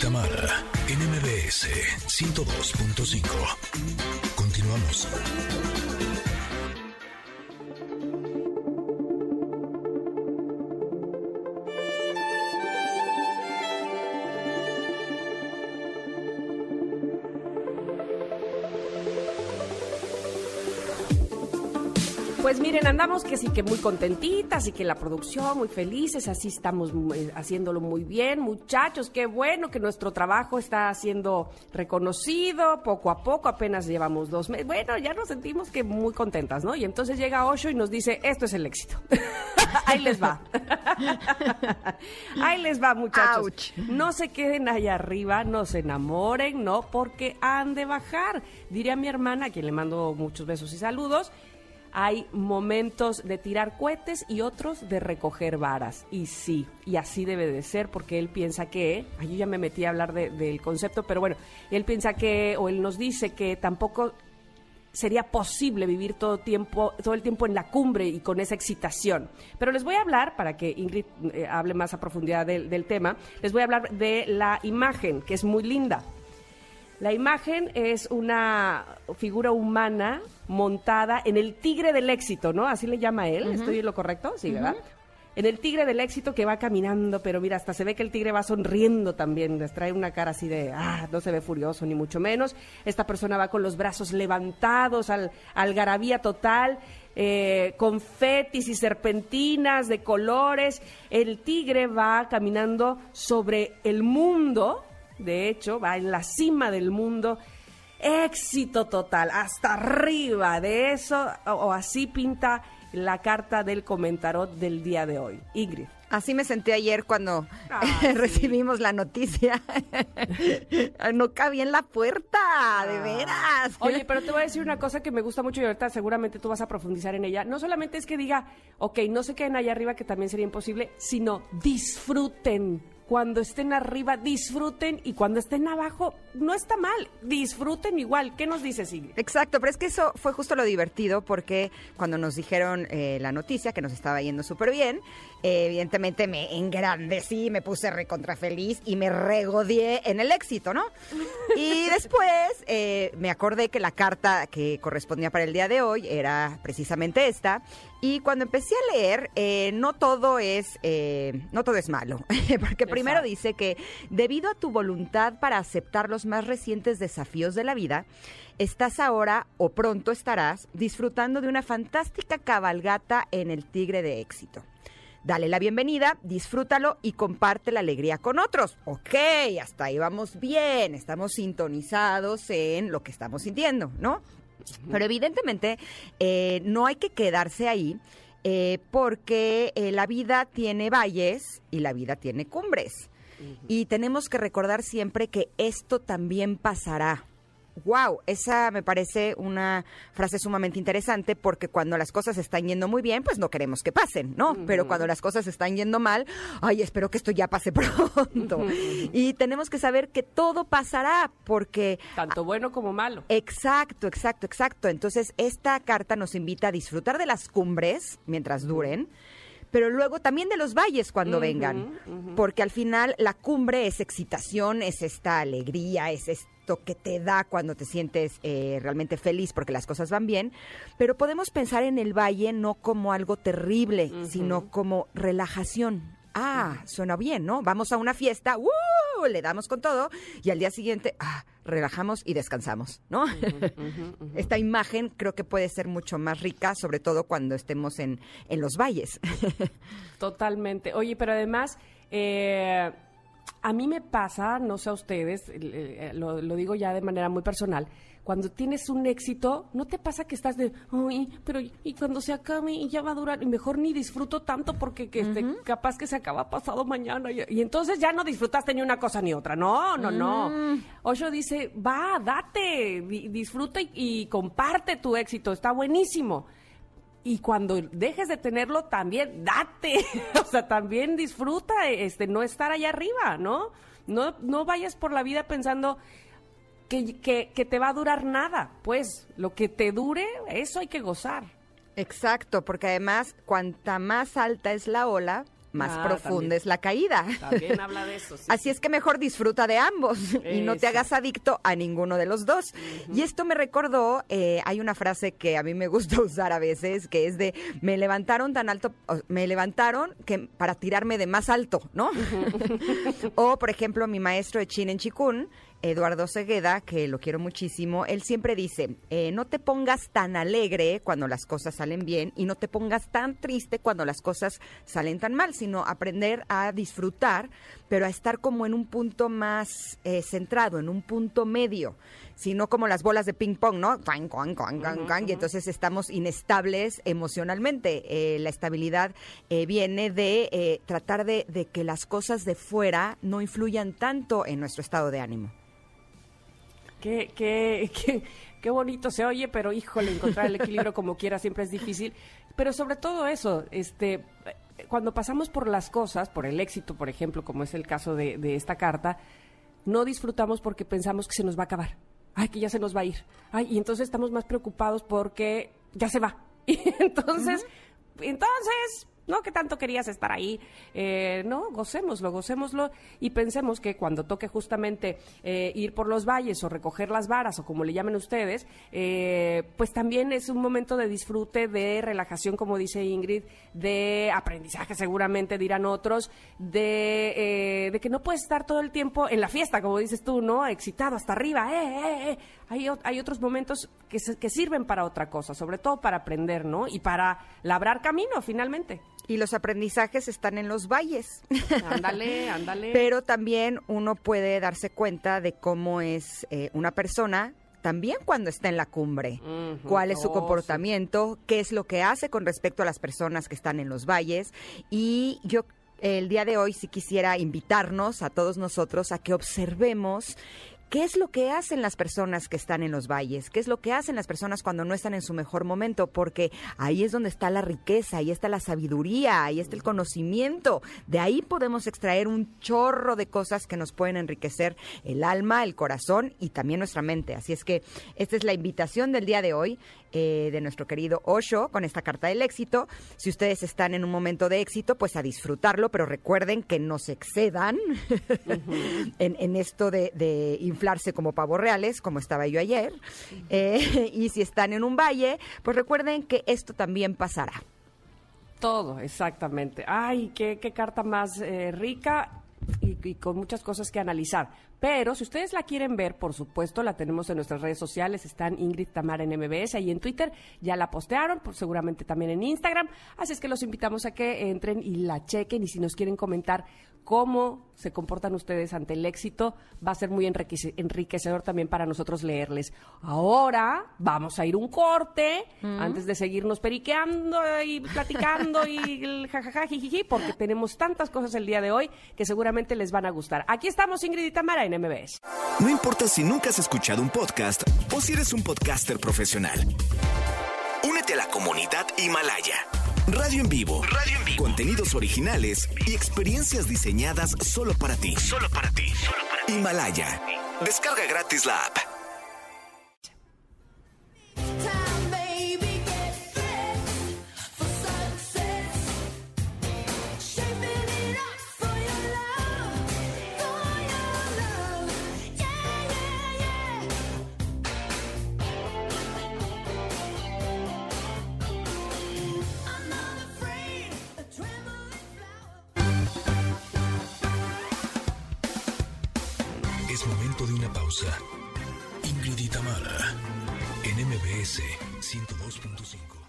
Tamara, en MBS 102.5. Continuamos. Pues miren, andamos que sí que muy contentitas y que la producción muy felices, así estamos haciéndolo muy bien, muchachos, qué bueno que nuestro trabajo está siendo reconocido poco a poco, apenas llevamos 2 meses, bueno, ya nos sentimos que muy contentas, ¿no? Y entonces llega Osho y nos dice, esto es el éxito. Ahí les va. Ahí les va, muchachos. Ouch. No se queden allá arriba, no se enamoren, no, porque han de bajar. Diré a mi hermana, a quien le mando muchos besos y saludos, hay momentos de tirar cohetes y otros de recoger varas. Y sí, y así debe de ser, porque él piensa que... Yo ya me metí a hablar del concepto, pero bueno, él piensa que, o él nos dice que tampoco sería posible vivir todo el tiempo en la cumbre y con esa excitación. Pero les voy a hablar, para que Ingrid hable más a profundidad del tema, les voy a hablar de la imagen, que es muy linda. La imagen es una figura humana montada en el tigre del éxito, ¿no? Así le llama él. Uh-huh. ¿Estoy en lo correcto? Sí, ¿verdad? En el tigre del éxito que va caminando, pero mira, hasta se ve que el tigre va sonriendo también. Les trae una cara así de, no se ve furioso, ni mucho menos. Esta persona va con los brazos levantados, algarabía total, confetis y serpentinas de colores. El tigre va caminando sobre el mundo. De hecho, va en la cima del mundo, éxito total, hasta arriba de eso, o así pinta la carta del comentarot del día de hoy. Ingrid. Así me sentí ayer cuando recibimos la noticia. No cabía en la puerta, de veras. Oye, pero te voy a decir una cosa que me gusta mucho y ahorita seguramente tú vas a profundizar en ella. No solamente es que diga, ok, no se queden allá arriba, que también sería imposible, sino disfruten. Cuando estén arriba, disfruten, y cuando estén abajo, no está mal, disfruten igual. ¿Qué nos dices, Ingrid? Exacto, pero es que eso fue justo lo divertido, porque cuando nos dijeron la noticia, que nos estaba yendo súper bien, evidentemente me engrandecí, me puse recontra feliz y me regodeé en el éxito, ¿no? Y después me acordé que la carta que correspondía para el día de hoy era precisamente esta. Y cuando empecé a leer, no todo es malo, porque primero dice que debido a tu voluntad para aceptar los más recientes desafíos de la vida, estás ahora o pronto estarás disfrutando de una fantástica cabalgata en el tigre de éxito. Dale la bienvenida, disfrútalo y comparte la alegría con otros. Ok, hasta ahí vamos bien, estamos sintonizados en lo que estamos sintiendo, ¿no? Pero evidentemente no hay que quedarse ahí porque la vida tiene valles y la vida tiene cumbres. Y tenemos que recordar siempre que esto también pasará. Wow, esa me parece una frase sumamente interesante, porque cuando las cosas están yendo muy bien, pues no queremos que pasen, ¿no? Pero cuando las cosas están yendo mal, espero que esto ya pase pronto. Y tenemos que saber que todo pasará, porque... Tanto bueno como malo. Exacto. Entonces, esta carta nos invita a disfrutar de las cumbres mientras duren, pero luego también de los valles cuando vengan, porque al final la cumbre es excitación, es esta alegría, es esto que te da cuando te sientes realmente feliz porque las cosas van bien, pero podemos pensar en el valle no como algo terrible, sino como relajación. Suena bien, ¿no? Vamos a una fiesta, le damos con todo, y al día siguiente, relajamos y descansamos, ¿no? Esta imagen creo que puede ser mucho más rica, sobre todo cuando estemos en los valles. Totalmente. Oye, pero además... a mí me pasa, no sé a ustedes, lo digo ya de manera muy personal, cuando tienes un éxito, ¿no te pasa que estás de, pero y cuando se acabe y ya va a durar, y mejor ni disfruto tanto porque capaz que se acaba pasado mañana, y entonces ya no disfrutaste ni una cosa ni otra? No. Osho dice, date, disfruta y comparte tu éxito, está buenísimo. Y cuando dejes de tenerlo, también date, o sea, también disfruta, no estar allá arriba, ¿no? No vayas por la vida pensando que te va a durar nada, pues, lo que te dure, eso hay que gozar. Exacto, porque además, cuanta más alta es la ola, más profunda es la caída. También habla de eso. Sí, Así es que mejor disfruta de ambos y no te hagas adicto a ninguno de los dos. Y esto me recordó, hay una frase que a mí me gusta usar a veces, que es de, me levantaron que para tirarme de más alto, ¿no? O, por ejemplo, mi maestro de Chin en Chikun, Eduardo Segueda, que lo quiero muchísimo, él siempre dice, no te pongas tan alegre cuando las cosas salen bien y no te pongas tan triste cuando las cosas salen tan mal, sino aprender a disfrutar, pero a estar como en un punto más centrado, en un punto medio, sino como las bolas de ping pong, ¿no? Y entonces estamos inestables emocionalmente. La estabilidad viene de tratar de que las cosas de fuera no influyan tanto en nuestro estado de ánimo. Qué bonito se oye, pero híjole, encontrar el equilibrio como quiera siempre es difícil. Pero sobre todo eso, cuando pasamos por las cosas, por el éxito, por ejemplo, como es el caso de esta carta, no disfrutamos porque pensamos que se nos va a acabar. Ay, que ya se nos va a ir. Ay, y entonces estamos más preocupados porque ya se va. Y entonces, ¿no? ¿Qué tanto querías estar ahí? No, gocémoslo y pensemos que cuando toque justamente ir por los valles o recoger las varas o como le llamen ustedes, pues también es un momento de disfrute, de relajación, como dice Ingrid, de aprendizaje seguramente dirán otros, de que no puedes estar todo el tiempo en la fiesta, como dices tú, ¿no? Excitado hasta arriba, Hay otros momentos que sirven para otra cosa, sobre todo para aprender, ¿no? Y para labrar camino, finalmente. Y los aprendizajes están en los valles. Ándale. Pero también uno puede darse cuenta de cómo es una persona también cuando está en la cumbre. Cuál es su comportamiento, qué es lo que hace con respecto a las personas que están en los valles. Y yo el día de hoy sí quisiera invitarnos a todos nosotros a que observemos ¿qué es lo que hacen las personas que están en los valles? ¿Qué es lo que hacen las personas cuando no están en su mejor momento? Porque ahí es donde está la riqueza, ahí está la sabiduría, ahí está el conocimiento. De ahí podemos extraer un chorro de cosas que nos pueden enriquecer el alma, el corazón y también nuestra mente. Así es que esta es la invitación del día de hoy de nuestro querido Osho con esta carta del éxito. Si ustedes están en un momento de éxito, pues a disfrutarlo, pero recuerden que no se excedan en esto de inflarse como pavos reales, como estaba yo ayer. Y si están en un valle, pues recuerden que esto también pasará. Todo, exactamente. Ay, qué carta más rica y con muchas cosas que analizar. Pero si ustedes la quieren ver, por supuesto, la tenemos en nuestras redes sociales. Están Ingrid Tamara en MBS, ahí en Twitter. Ya la postearon, pues seguramente también en Instagram. Así es que los invitamos a que entren y la chequen. Y si nos quieren comentar cómo se comportan ustedes ante el éxito, va a ser muy enriquecedor también para nosotros leerles. Ahora vamos a ir un corte antes de seguirnos periqueando y platicando y jajaja, jijiji, porque tenemos tantas cosas el día de hoy que seguramente les van a gustar. Aquí estamos Ingrid y Tamara en MBS. No importa si nunca has escuchado un podcast o si eres un podcaster profesional. Únete a la comunidad Himalaya. Radio en vivo. Contenidos originales y experiencias diseñadas solo para ti. Himalaya. Descarga gratis la app. Es momento de una pausa. Ingrid y Tamara en MBS 102.5.